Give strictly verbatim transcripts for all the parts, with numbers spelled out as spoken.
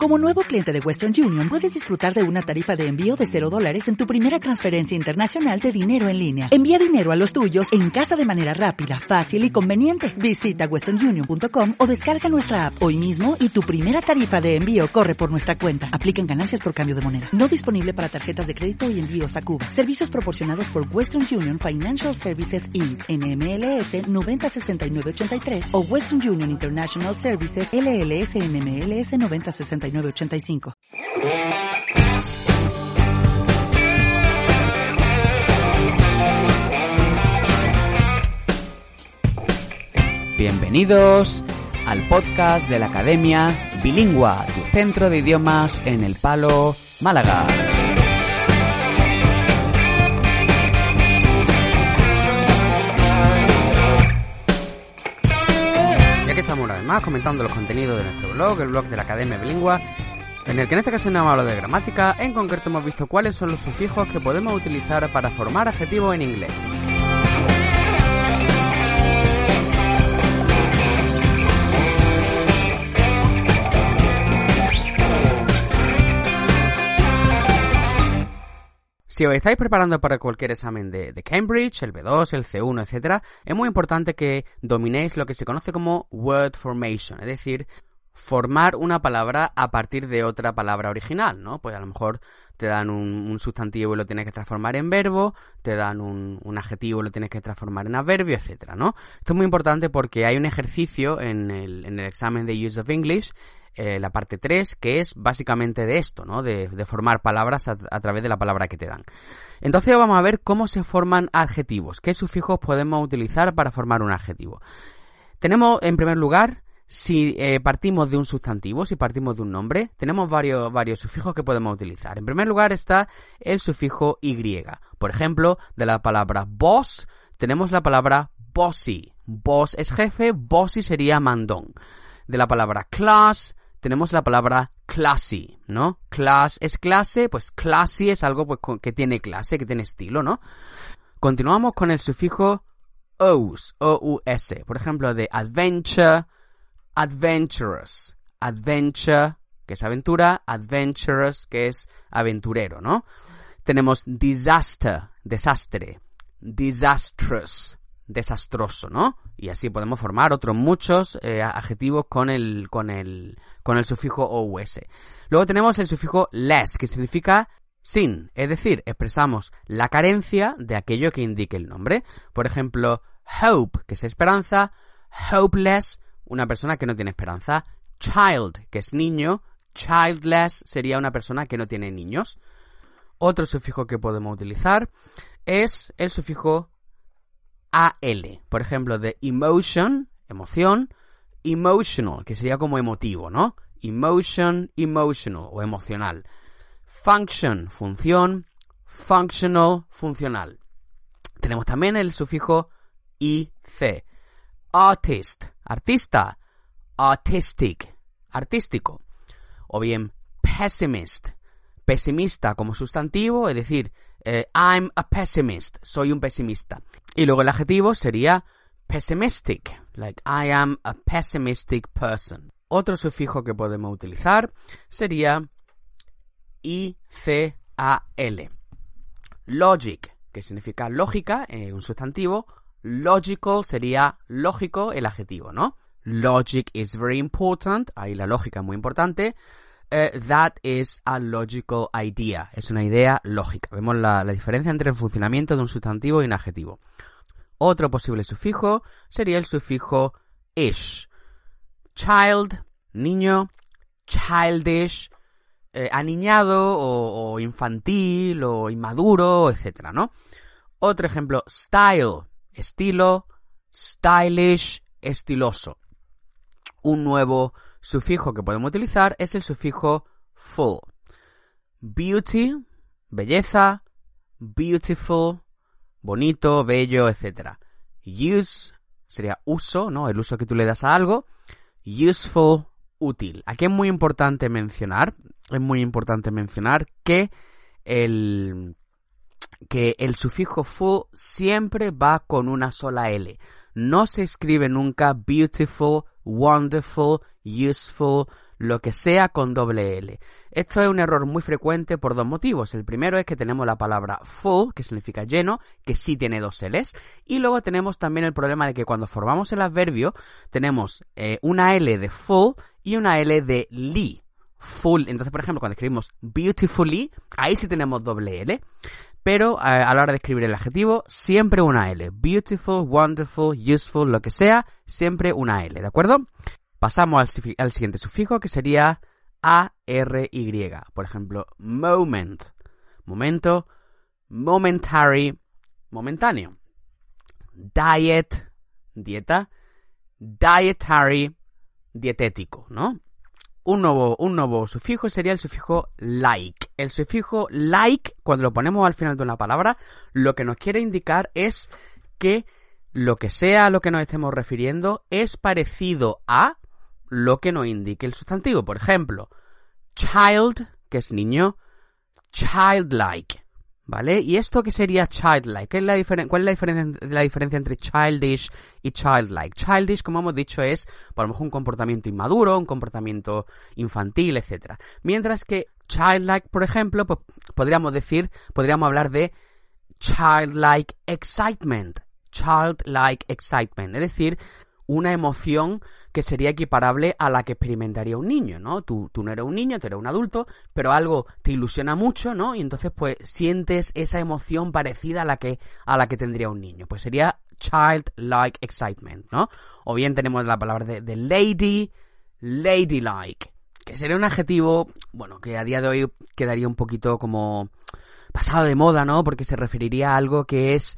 Como nuevo cliente de Western Union, puedes disfrutar de una tarifa de envío de cero dólares en tu primera transferencia internacional de dinero en línea. Envía dinero a los tuyos en casa de manera rápida, fácil y conveniente. Visita western union punto com o descarga nuestra app hoy mismo y tu primera tarifa de envío corre por nuestra cuenta. Aplican ganancias por cambio de moneda. No disponible para tarjetas de crédito y envíos a Cuba. Servicios proporcionados por Western Union Financial Services Incorporated, N M L S noventa sesenta y nueve ochenta y tres o Western Union International Services L L S N M L S noventa sesenta y nueve ochenta y cinco. Bienvenidos al podcast de la Academia Bilingua, tu centro de idiomas en El Palo, Málaga. Ya que estamos una vez más comentando los contenidos de nuestro blog, el blog de la Academia Bilingua, en el que en este caso no hemos hablado de gramática, en concreto hemos visto cuáles son los sufijos que podemos utilizar para formar adjetivos en inglés. Si os estáis preparando para cualquier examen de, de Cambridge, el B dos, el C uno, etcétera, es muy importante que dominéis lo que se conoce como word formation, es decir, formar una palabra a partir de otra palabra original, ¿no? Pues a lo mejor te dan un, un sustantivo y lo tienes que transformar en verbo, te dan un, un adjetivo y lo tienes que transformar en adverbio, etcétera, ¿no? Esto es muy importante porque hay un ejercicio en el, en el examen de Use of English, eh, la parte tres, que es básicamente de esto, ¿no? De, de formar palabras a, a través de la palabra que te dan. Entonces vamos a ver cómo se forman adjetivos, qué sufijos podemos utilizar para formar un adjetivo. Tenemos, en primer lugar, Si eh, partimos de un sustantivo, si partimos de un nombre, tenemos varios, varios sufijos que podemos utilizar. En primer lugar está el sufijo Y. Por ejemplo, de la palabra boss, tenemos la palabra bossy. Boss es jefe, bossy sería mandón. De la palabra class, tenemos la palabra classy, ¿no? Class es clase, pues classy es algo pues, que tiene clase, que tiene estilo, ¿no? Continuamos con el sufijo os, O U S. Por ejemplo, de adventure, adventurous, adventure, que es aventura, adventurous, que es aventurero, ¿no? Tenemos disaster, desastre, disastrous, desastroso, ¿no? Y así podemos formar otros muchos eh, adjetivos con el, con el, con el sufijo O U S. Luego tenemos el sufijo less, que significa sin, es decir, expresamos la carencia de aquello que indique el nombre. Por ejemplo, hope, que es esperanza, hopeless, una persona que no tiene esperanza. Child, que es niño. Childless sería una persona que no tiene niños. Otro sufijo que podemos utilizar es el sufijo al. Por ejemplo, de emotion, emoción, emotional, que sería como emotivo, ¿no? Emotion, emotional o emocional. Function, función, functional, funcional. Tenemos también el sufijo ic. Artist, artista, artistic, artístico. O bien pessimist, pesimista como sustantivo, es decir, eh, I'm a pessimist, soy un pesimista. Y luego el adjetivo sería pessimistic, like I am a pessimistic person. Otro sufijo que podemos utilizar sería ical. Logic, que significa lógica, eh, un sustantivo. Logical sería lógico el adjetivo, ¿no? Logic is very important. Ahí la lógica es muy importante. Uh, that is a logical idea. Es una idea lógica. Vemos la, la diferencia entre el funcionamiento de un sustantivo y un adjetivo. Otro posible sufijo sería el sufijo ish. Child, niño. Childish, eh, aniñado o, o infantil o inmaduro, etcétera, ¿no? Otro ejemplo, style. Estilo, stylish, estiloso. Un nuevo sufijo que podemos utilizar es el sufijo full. Beauty, belleza, beautiful, bonito, bello, etcétera. Use sería uso, ¿no? El uso que tú le das a algo. Useful, útil. Aquí es muy importante mencionar, es muy importante mencionar que el que el sufijo full siempre va con una sola L. No se escribe nunca beautiful, wonderful, useful. lo que sea con doble L. Esto es un error muy frecuente por dos motivos. El primero es que tenemos la palabra full, que significa lleno, que sí tiene dos L's. Y luego tenemos también el problema de que cuando formamos el adverbio tenemos eh, una L de full y una L de ly. Full. Entonces, por ejemplo, cuando escribimos beautifully, ahí sí tenemos doble L. Pero eh, a la hora de escribir el adjetivo, siempre una L. Beautiful, wonderful, useful, lo que sea, siempre una L, ¿de acuerdo? Pasamos al, al siguiente sufijo, que sería A R Y. Por ejemplo, moment, momento, momentary, momentáneo. Diet, dieta, dietary, dietético, ¿no? Un nuevo, un nuevo sufijo sería el sufijo like. El sufijo like, cuando lo ponemos al final de una palabra, lo que nos quiere indicar es que lo que sea a lo que nos estemos refiriendo es parecido a lo que nos indique el sustantivo. Por ejemplo, child, que es niño, childlike, ¿vale? ¿Y esto qué sería childlike? ¿Qué es la diferen- ¿Cuál es la diferencia, la diferencia entre childish y childlike? Childish, como hemos dicho, es por lo mejor un comportamiento inmaduro, un comportamiento infantil, etcétera. Mientras que childlike, por ejemplo, pues podríamos decir, podríamos hablar de childlike excitement. Childlike excitement, es decir, una emoción que sería equiparable a la que experimentaría un niño, ¿no? Tú, tú no eres un niño, tú eres un adulto, pero algo te ilusiona mucho, ¿no? Y entonces, pues, sientes esa emoción parecida a la que, a la que tendría un niño. Pues sería childlike excitement, ¿no? O bien tenemos la palabra de, de lady, ladylike, que sería un adjetivo, bueno, que a día de hoy quedaría un poquito como pasado de moda, ¿no? Porque se referiría a algo que es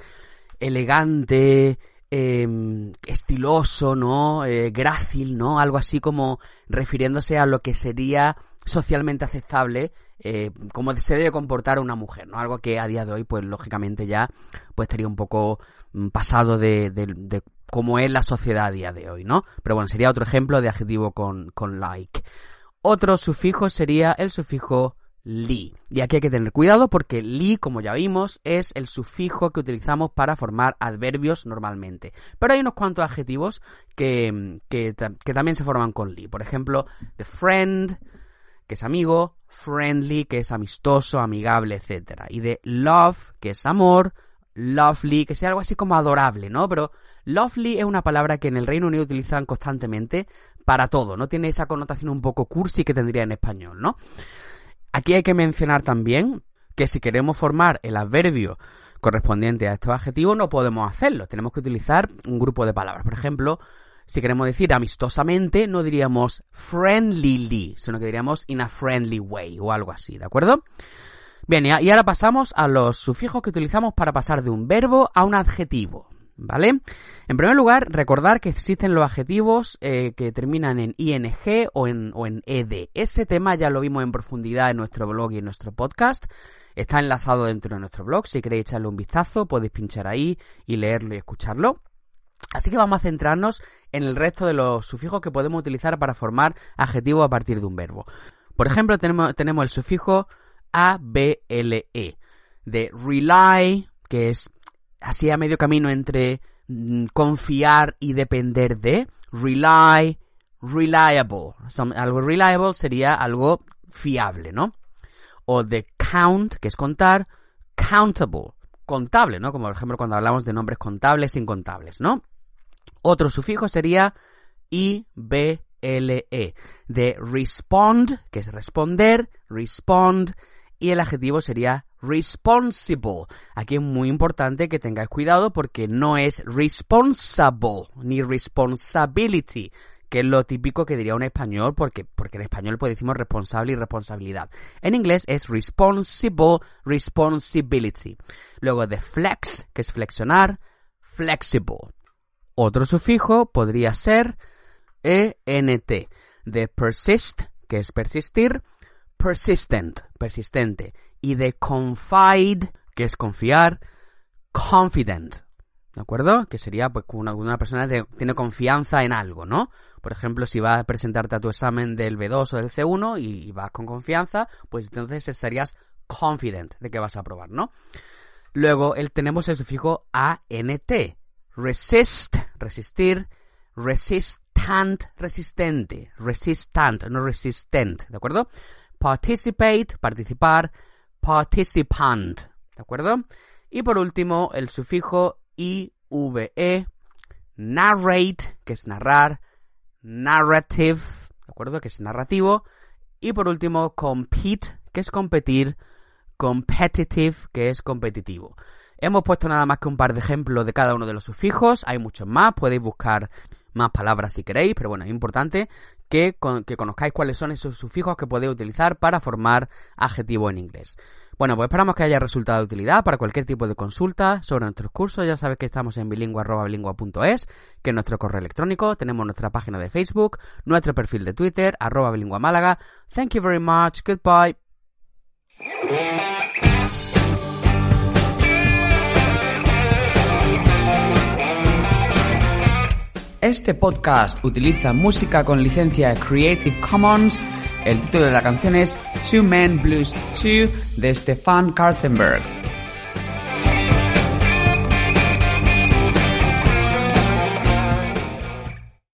elegante, Eh, estiloso, ¿no? Eh, grácil, ¿no? Algo así como refiriéndose a lo que sería socialmente aceptable, eh, como se debe comportar una mujer, ¿no? Algo que a día de hoy, pues lógicamente ya pues estaría un poco mm, pasado de, de, de cómo es la sociedad a día de hoy, ¿no? Pero bueno, sería otro ejemplo de adjetivo con, con like. Otro sufijo sería el sufijo ly. Y aquí hay que tener cuidado porque ly, como ya vimos, es el sufijo que utilizamos para formar adverbios normalmente. Pero hay unos cuantos adjetivos que, que, que también se forman con ly. Por ejemplo, the friend, que es amigo, friendly, que es amistoso, amigable, etcétera. Y de love, que es amor, lovely, que sea algo así como adorable, ¿no? Pero lovely es una palabra que en el Reino Unido utilizan constantemente para todo, ¿no? Tiene esa connotación un poco cursi que tendría en español, ¿no? Aquí hay que mencionar también que si queremos formar el adverbio correspondiente a estos adjetivos no podemos hacerlo. Tenemos que utilizar un grupo de palabras. Por ejemplo, si queremos decir amistosamente, no diríamos friendlyly, sino que diríamos in a friendly way o algo así, ¿de acuerdo? Bien, y ahora pasamos a los sufijos que utilizamos para pasar de un verbo a un adjetivo, ¿vale? En primer lugar, recordar que existen los adjetivos eh, que terminan en ing o en, o en ed. Ese tema ya lo vimos en profundidad en nuestro blog y en nuestro podcast. Está enlazado dentro de nuestro blog. Si queréis echarle un vistazo, podéis pinchar ahí y leerlo y escucharlo. Así que vamos a centrarnos en el resto de los sufijos que podemos utilizar para formar adjetivos a partir de un verbo. Por ejemplo, tenemos, tenemos el sufijo able, de rely, que es así a medio camino entre mm, confiar y depender de. Rely, reliable. Some, algo reliable sería algo fiable, ¿no? O de count, que es contar, countable, contable, ¿no? Como por ejemplo cuando hablamos de nombres contables e incontables, ¿no? Otro sufijo sería ible, de respond, que es responder, respond, y el adjetivo sería responsible. Aquí es muy importante que tengáis cuidado porque no es responsible ni responsibility, que es lo típico que diría un español, porque, porque en español pues decimos responsable y responsabilidad. En inglés es responsible, responsibility. Luego de flex, que es flexionar, flexible. Otro sufijo podría ser ent, de persist, que es persistir, persistent, persistente. Y de confide, que es confiar, confident, ¿de acuerdo? Que sería pues cuando una persona te, tiene confianza en algo, ¿no? Por ejemplo, si vas a presentarte a tu examen del be dos o del ce uno y, y vas con confianza, pues entonces estarías confident de que vas a aprobar, ¿no? Luego el, tenemos el sufijo ant, resist, resistir, resist, tant, resistente, resistant, no resistent, ¿de acuerdo? Participate, participar, participant, ¿de acuerdo? Y por último, el sufijo ive, narrate, que es narrar, narrative, ¿de acuerdo? Que es narrativo. Y por último, compete, que es competir, competitive, que es competitivo. Hemos puesto nada más que un par de ejemplos de cada uno de los sufijos, hay muchos más, podéis buscar más palabras si queréis, pero bueno, es importante que, con, que conozcáis cuáles son esos sufijos que podéis utilizar para formar adjetivos en inglés. Bueno, pues esperamos que haya resultado de utilidad para cualquier tipo de consulta sobre nuestros cursos. Ya sabéis que estamos en bilingüe arroba bilingüe punto es, que es nuestro correo electrónico. Tenemos nuestra página de Facebook, nuestro perfil de Twitter, arroba bilingüe málaga. Thank you very much. Goodbye. Este podcast utiliza música con licencia Creative Commons. El título de la canción es Two Men Blues two de Stefan Kartenberg.